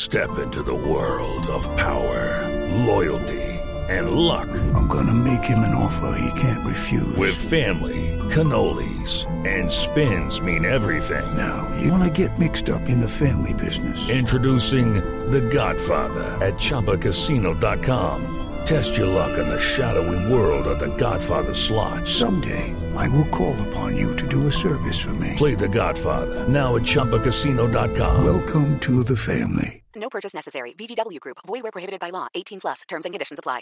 Step into the world of power, loyalty, and luck. I'm gonna make him an offer he can't refuse. With family, cannolis, and spins mean everything. Now, you wanna get mixed up in the family business. Introducing The Godfather at ChumbaCasino.com. Test your luck in the shadowy world of The Godfather slot. Someday, I will call upon you to do a service for me. Play The Godfather now at ChumbaCasino.com. Welcome to the family. No purchase necessary. VGW Group. Void where prohibited by law. 18+. Terms and conditions apply.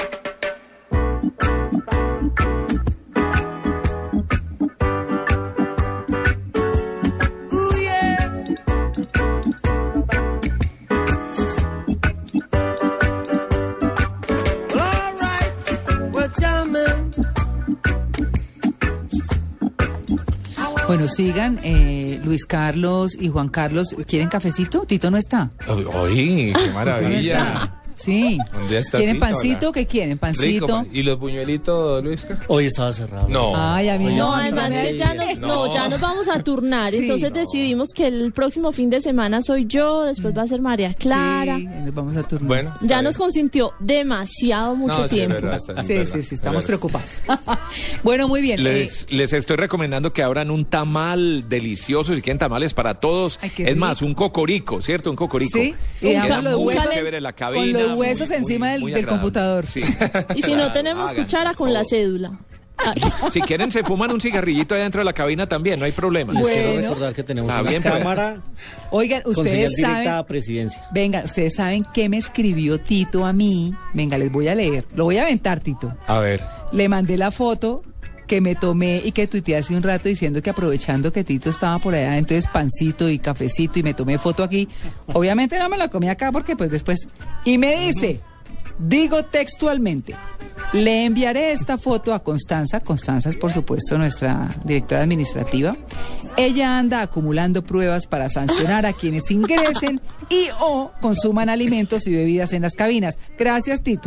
Bueno, sigan, Luis Carlos y Juan Carlos. ¿Quieren cafecito? Tito no está. ¡Uy, qué maravilla! Sí. ¿Dónde está ¿Quieren Tito? pancito? Hola. ¿Qué quieren? ¿Pancito? Rico. ¿Y los buñuelitos, Luis? Hoy estaba cerrado. No. Ay, a mí Hoy no. además me ya nos vamos a turnar. Sí. Entonces decidimos que el próximo fin de semana soy yo, después va a ser María Clara. Sí, nos vamos a turnar. Bueno, Ya nos consintió demasiado mucho tiempo. Sí, es verdad, Sí, estamos preocupados. Bueno, muy bien. Les estoy recomendando que abran un tamal delicioso, si quieren tamales para todos. Ay, qué es rico. más, un cocorico, ¿cierto? Un cocorico. Sí, y Queda dejamos los muy huesos, chévere la cabina. con los huesos muy, encima muy, del muy agradable. computador. Sí. Y si no tenemos Hagan cuchara, con la todo. cédula. Ay. Si quieren, se fuman un cigarrillito adentro de la cabina también, no hay problema. Les quiero Bueno. recordar que tenemos Ah, una bien, pues. cámara Oigan, con señal ustedes directa saben... a presidencia. Venga, ustedes saben qué me escribió Tito a mí. Venga, les voy a leer. Lo voy a aventar, Tito. A ver. Le mandé la foto que me tomé y que tuiteé hace un rato diciendo que aprovechando que Tito estaba por allá, entonces pancito y cafecito y me tomé foto aquí. Obviamente no me la comí acá porque pues después... Y me dice, digo textualmente, le enviaré esta foto a Constanza. Constanza es por supuesto nuestra directora administrativa. Ella anda acumulando pruebas para sancionar a quienes ingresen y o consuman alimentos y bebidas en las cabinas. Gracias, Tito.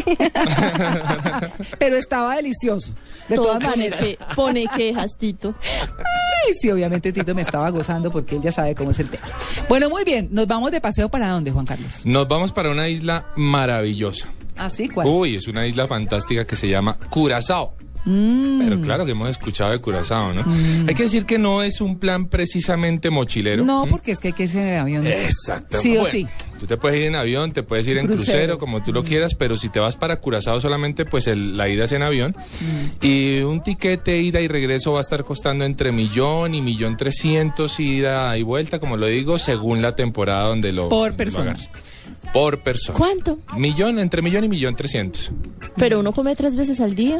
Pero estaba delicioso. De Todo todas maneras. pone quejas, Tito. Ay, sí, obviamente Tito me estaba gozando porque él ya sabe cómo es el tema. Bueno, muy bien. ¿Nos vamos de paseo para dónde, Juan Carlos? Nos vamos para una isla maravillosa. ¿Ah, sí? ¿Cuál? Uy, es una isla fantástica que se llama Curazao. Pero claro que hemos escuchado de Curazao, ¿no? Hay que decir que no es un plan precisamente mochilero. No, porque es que hay que irse en el avión. Exacto. Sí o Bueno, sí. Tú te puedes ir en avión, te puedes ir en crucero, como tú lo quieras, pero si te vas para Curazao solamente, pues la ida es en avión. Y un tiquete ida y regreso va a estar costando entre 1.000.000 y 1.300.000 ida y vuelta, como lo digo, según la temporada donde lo... Por donde lo persona. agarres. Por persona. ¿Cuánto? Entre 1.000.000 y 1.300.000. Pero uno come 3 veces al día.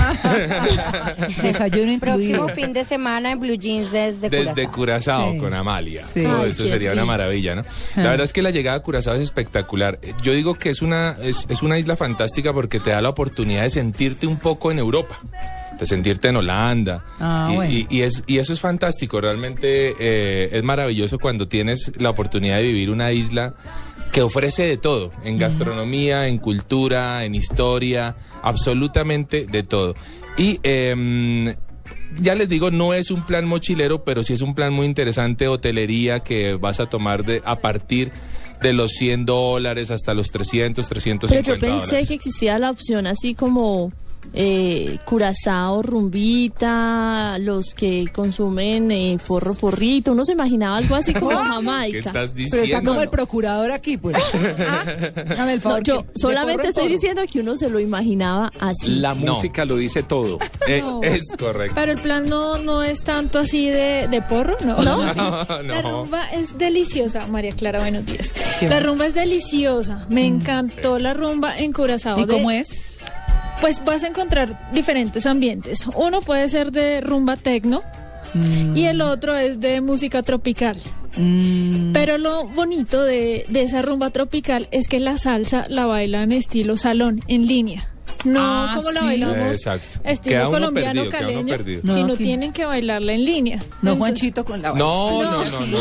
Desayuno incluido. Próximo fin de semana en Blue Jeans desde Desde Curazao Sí. con Amalia. Sí. Oh, Ay, eso qué sería una rico. maravilla, ¿no? La verdad es que la llegada a Curazao es espectacular. Yo digo que es una isla fantástica porque te da la oportunidad de sentirte un poco en Europa, de sentirte en Holanda. Ah, bueno. y eso es fantástico. Realmente es maravilloso cuando tienes la oportunidad de vivir una isla que ofrece de todo, en gastronomía, en cultura, en historia, absolutamente de todo. Y ya les digo, no es un plan mochilero, pero sí es un plan muy interesante, hotelería que vas a tomar a partir de los $100 hasta los 300, 350 Pero yo pensé dólares. que existía la opción así como Curazao, rumbita, los que consumen porrito. Uno se imaginaba algo así como ¿Qué Jamaica. estás Pero está diciendo? como el procurador aquí, pues. Dame el favor, No, yo que- de solamente porro en estoy porro. diciendo que uno se lo imaginaba así. La música lo dice todo. No. Es correcto. Pero el plan no es tanto así de porro, ¿no? ¿No? La No. rumba es deliciosa. María Clara, buenos días. Qué La bueno. rumba es deliciosa. Me encantó la rumba en Curazao. ¿Y cómo es? Pues vas a encontrar diferentes ambientes. Uno puede ser de rumba tecno y el otro es de música tropical. Pero lo bonito de esa rumba tropical es que la salsa la bailan estilo salón, en línea. No como la bailamos Exacto. estilo Queda uno colombiano perdido, queda uno caleño, perdido. No, sino aquí. tienen que bailarla en línea. No, Entonces- Juanchito con la No.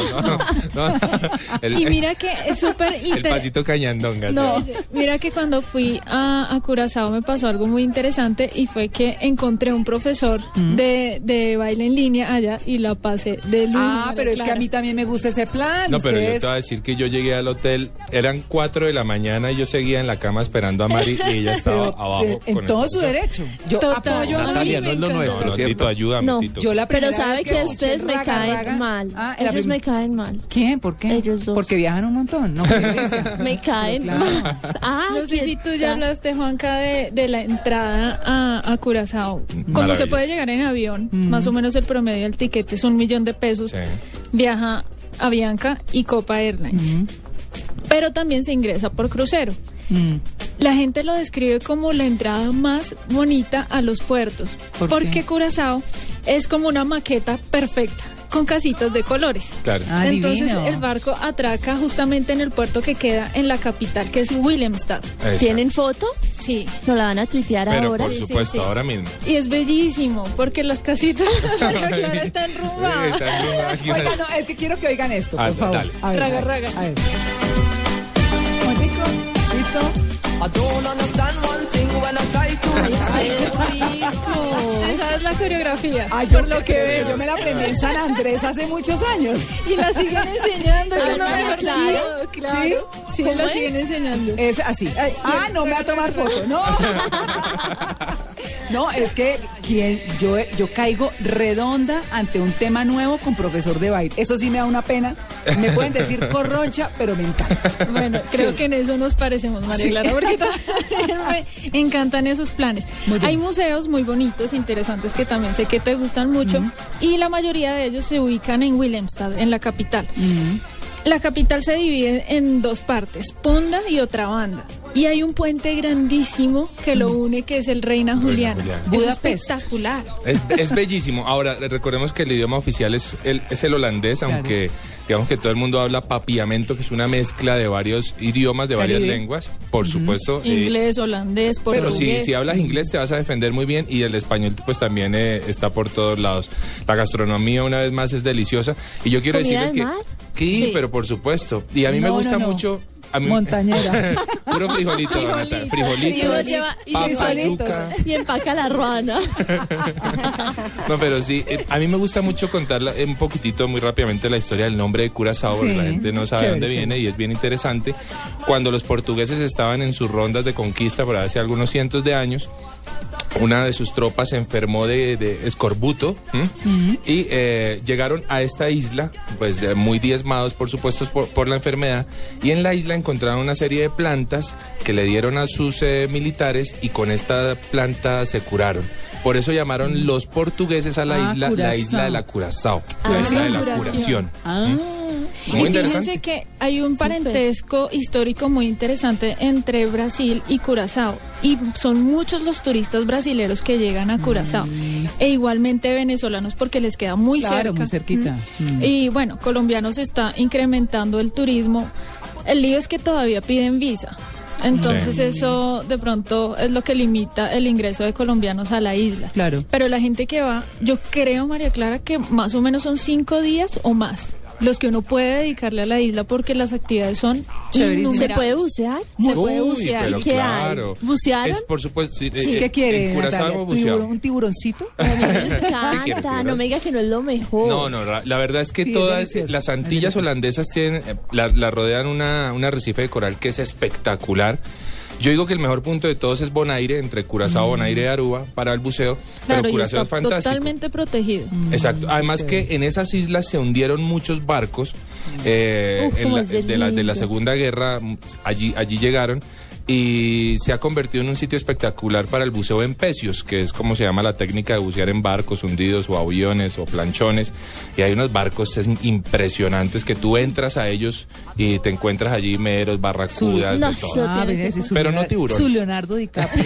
Y mira que es súper El interesante. pasito cañandonga. No, ¿sí? mira que cuando fui a Curazao me pasó algo muy interesante y fue que encontré un profesor de baile en línea allá y la pasé de lujo. Ah, pero es que a mí también me gusta ese plan. No, pero yo Ustedes... te voy a decir que yo llegué al hotel, eran 4 de la mañana y yo seguía en la cama esperando a Mari y ella estaba Pero, abajo. en con el todo su profesor. derecho. Yo Total. apoyo a Mari. Natalia, no es lo me encantó. nuestro, No, ¿cierto? Tito, ayúdame, No. Tito. Yo la Pero primera sabe vez que escuché ustedes me raga, caen raga. mal. Ah, la Ellos prim- me caen mal. ¿Quién? ¿Por qué? Ellos dos. Porque viajan un montón. No, qué delicia. Me caen Claro. mal. Ah, No sé si tú ya está. hablaste, Juanca, de la entrada a Curazao. Como se Maravilloso. puede llegar en avión, más o menos el promedio del tiquete es $1.000.000. Sí. Viaja Avianca y Copa Airlines. Pero también se ingresa por crucero. La gente lo describe como la entrada más bonita a los puertos. ¿Por Porque qué? Curazao es como una maqueta perfecta, con casitas de colores. Claro. Ah, Entonces divino. el barco atraca justamente en el puerto que queda en la capital, que es Willemstad. Exacto. ¿Tienen foto? Sí. ¿Nos la van a tuitear Pero ahora? por Sí, sí, supuesto, sí. ahora mismo. Y es bellísimo, porque las casitas claro, están rumbadas. Está en lugar aquí. Oiga, no, es que quiero que oigan esto, Ah, por favor. dale. A ver, Raga, a ver, raga. A ver. Momentico, ¿listo? Ay, qué rico. Esa es la coreografía. Ay, yo por lo que veo. yo me la aprendí en San Andrés hace muchos años. Y la siguen enseñando. Ah, yo no me claro. acuerdo, claro. Sí, ¿Cómo la es? siguen enseñando. Es así. Ah, no me va a tomar foto. No. No, es que yo caigo redonda ante un tema nuevo con profesor de baile. Eso sí me da una pena. Me pueden decir corroncha, pero me encanta. Bueno, creo que en eso nos parecemos, María Sí. Clara, porque también me encantan esos planes. Muy bien. Hay museos muy bonitos, interesantes, que también sé que te gustan mucho, y la mayoría de ellos se ubican en Willemstad, en la capital. La capital se divide en dos partes, Punda y otra banda. Y hay un puente grandísimo que lo une, que es el Reina Juliana. Juliana. Es Budapest. espectacular. Es bellísimo. Ahora, recordemos que el idioma oficial es el holandés, Claro. aunque digamos que todo el mundo habla papiamento, que es una mezcla de varios idiomas, de varias Caribe. lenguas, por supuesto. Inglés, holandés, Pero portugués. si hablas inglés te vas a defender muy bien y el español pues también está por todos lados. La gastronomía una vez más es deliciosa y yo quiero ¿Comida decirles del que mar? sí, pero por supuesto. Y a mí me No, gusta no, no. mucho a mí, Montañera. puro frijolito, Donata, Y uno frijolitos, lleva y papa, frijolitos, yuca. y empaca la ruana. No, pero sí, a mí me gusta mucho contar un poquitito, muy rápidamente, la historia del nombre de Curazao, porque Sí, la gente no sabe chévere, dónde viene y es bien interesante. Cuando los portugueses estaban en sus rondas de conquista por hace algunos cientos de años, una de sus tropas se enfermó de escorbuto y llegaron a esta isla, pues muy diezmados por supuesto por la enfermedad, y en la isla encontraron una serie de plantas que le dieron a sus militares y con esta planta se curaron. Por eso llamaron los portugueses a la isla la isla de la Curazao, la isla de la curación. Muy Y interesante. fíjense que hay un parentesco histórico muy interesante entre Brasil y Curazao. Y son muchos los turistas brasileros que llegan a Curazao. E igualmente venezolanos porque les queda muy Claro, cerca. muy cerquita. Y bueno, colombianos está incrementando el turismo. El lío es que todavía piden visa. Entonces Sí. eso de pronto es lo que limita el ingreso de colombianos a la isla. Claro. Pero la gente que va, yo creo, María Clara, que más o menos son 5 días o más los que uno puede dedicarle a la isla porque las actividades son Chéverísimo. ¿Se innumerables. puede bucear? Se puede Uy, bucear. pero ¿Y qué claro. hay? ¿Bucearon? Es, por supuesto, sí, ¿Qué quiere, en Curazao Natalia? hemos buceado. ¿Un tiburoncito? Me quieres, encanta, tiburón? no me diga que no es lo mejor. No, la verdad es que Sí, es todas delicioso. las Antillas holandesas tienen, la rodean un arrecife de coral que es espectacular. Yo digo que el mejor punto de todos es Bonaire, entre Curazao, Bonaire y Aruba, para el buceo, Claro, pero y Curazao está es fantástico. totalmente protegido. Exacto. Además que en esas islas se hundieron muchos barcos Cómo es de de la lindo. Segunda Guerra, allí llegaron. Y se ha convertido en un sitio espectacular para el buceo en pecios, que es como se llama la técnica de bucear en barcos hundidos o aviones o planchones. Y hay unos barcos impresionantes que tú entras a ellos y te encuentras allí meros, barracudas, No, de eso todo. tiene que ese es su Pero no Leonardo- tiburones. Su Leonardo DiCaprio.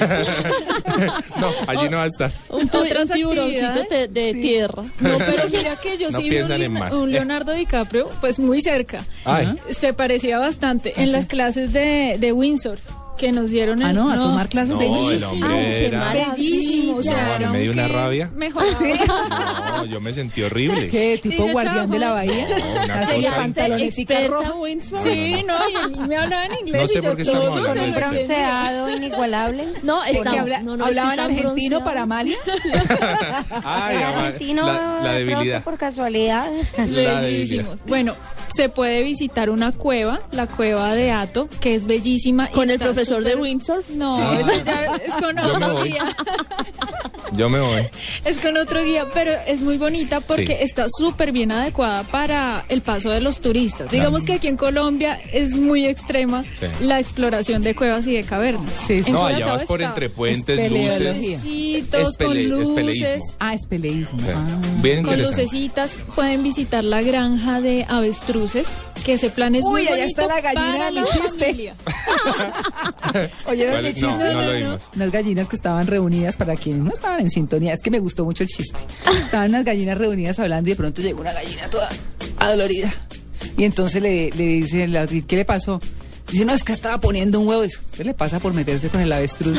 No, allí no va a estar. Otras tiburoncito actividades, de tierra. No, pero mira que yo No sí vi piensan en más. un Leonardo DiCaprio, pues muy cerca. Ay. Se parecía bastante en las clases de windsurf, que nos dieron Ah, no, a tomar clases No, el bellísimo. hombre era... Bellísimo, o sea, No, a mí me dio una aunque rabia. Mejor. No, yo me sentí horrible. ¿Qué? ¿Tipo Y guardián de la bahía? No, una Así, cosa- pantalonetica Experta roja. Winsmore. Sí, no, y a mí me hablaban inglés. No sé y yo por qué estamos todo hablando de se ese lo tema. entendía. Bronceado, inigualable. No, Porque está, no, hablaban está argentino bronceado. para Amalia. Ay, Argentino, la de pronto debilidad. por casualidad. La debilidad. Bellísimos. Bueno, se puede visitar una cueva, la cueva de Ato, que es bellísima. y ¿Con el está profesor de súper- Windsor? No, eso ya es con Yo me otro voy. guía. Yo me voy. Es con otro guía, pero es muy bonita porque Sí. está súper bien adecuada para el paso de los turistas. Digamos que aquí en Colombia es muy extrema Sí. la exploración de cuevas y de cavernas. Sí, sí. En No, allá Curazao vas por está. entre puentes, Espeleología. luces. Lucecitos, con luces. espeleísmo. Ah, es peleísmo. Sí. Ah. Bien Con interesante. lucecitas pueden visitar la granja de avestruces, que ese plan es Uy, muy allá bonito está la gallina para de la mi chiste. familia. ¿Oyeron ¿Cuál mi es? No, chiste? no lo vimos. Unas gallinas que estaban reunidas, para quienes no estaban en sintonía, es que me gustó mucho el chiste. Estaban unas gallinas reunidas hablando y de pronto llegó una gallina toda adolorida. Y entonces le dice, ¿qué le pasó? Dice, no, es que estaba poniendo un huevo. Dice, ¿qué le pasa por meterse con el avestruz?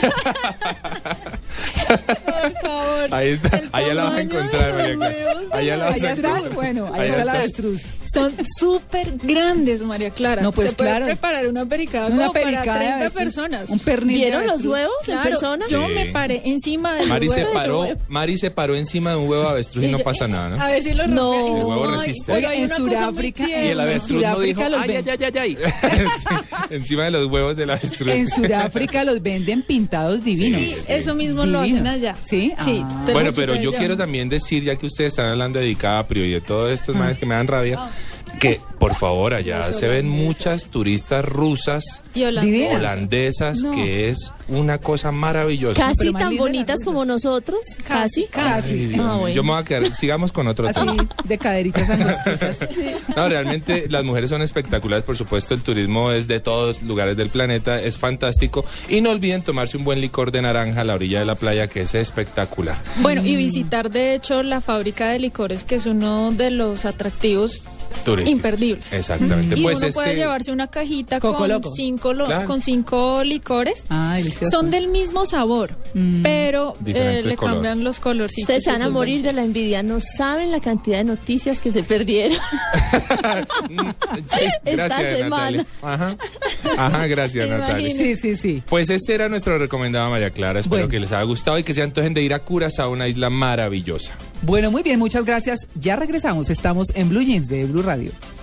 Por favor. Ahí está, El allá la vas a tamaño encontrar, de María los Clara. huevos de Allá la vas a Allá está, encontrar. bueno, Allá ahí está el está. avestruz. Son súper grandes, María Clara. No, pues Se puede claro. preparar una pericada Una como pericada para de 30 avestruz. personas. Un pernil de ¿Vieron los avestruz. huevos en Claro, persona? yo Sí. me paré encima del Mari se huevo. paró encima de un huevo de avestruz y no yo- pasa nada, ¿no? A ver si lo No. rompe. El huevo Ay, resiste. pero Oiga, hay en una cosa muy Sudáfrica- tierna. Y el avestruz no dijo, Sudáfrica los ay, ven. ay, ay, ay, ay. Encima de los huevos del avestruz. En Sudáfrica los venden pintados divinos. Sí, eso mismo lo hacen Divinos. allá. ¿Sí? Sí. Ah. te lo Bueno, juro pero que yo allá. quiero también decir, ya que ustedes están hablando de DiCaprio y de todos estos manes que me dan rabia, que por favor allá Las se ven holandesas. muchas turistas rusas, Y holandés. Divinas. holandesas, No. que es una cosa maravillosa. Casi pero más tan linda la bonitas rusa. como nosotros. Casi. Ay, Casi. Dios mío. bueno. Yo me voy a quedar, sigamos con otro Así, tema. de caderitas angostitas. No, realmente las mujeres son espectaculares, por supuesto, el turismo es de todos lugares del planeta, es fantástico. Y no olviden tomarse un buen licor de naranja a la orilla de la playa, que es espectacular. Bueno, y visitar de hecho la fábrica de licores, que es uno de los atractivos Turístico. imperdibles. Exactamente. Y Pues uno puede llevarse una cajita Coco con Loco. Claro. con 5 licores. Ah, delicioso. Son del mismo sabor, pero Diferente le color. cambian los colorcitos. Ustedes se van a Eso es morir de bueno. la envidia. No saben la cantidad de noticias que se perdieron. Sí, Esta gracias, semana. Natalia. Ajá. Ajá, gracias, Me Natalia. imagino. Sí, sí, sí. Pues este era nuestro recomendado, María Clara. Espero Bueno. que les haya gustado y que se antojen de ir a Curazao, una isla maravillosa. Bueno, muy bien, muchas gracias. Ya regresamos. Estamos en Blue Jeans de Blue Radio.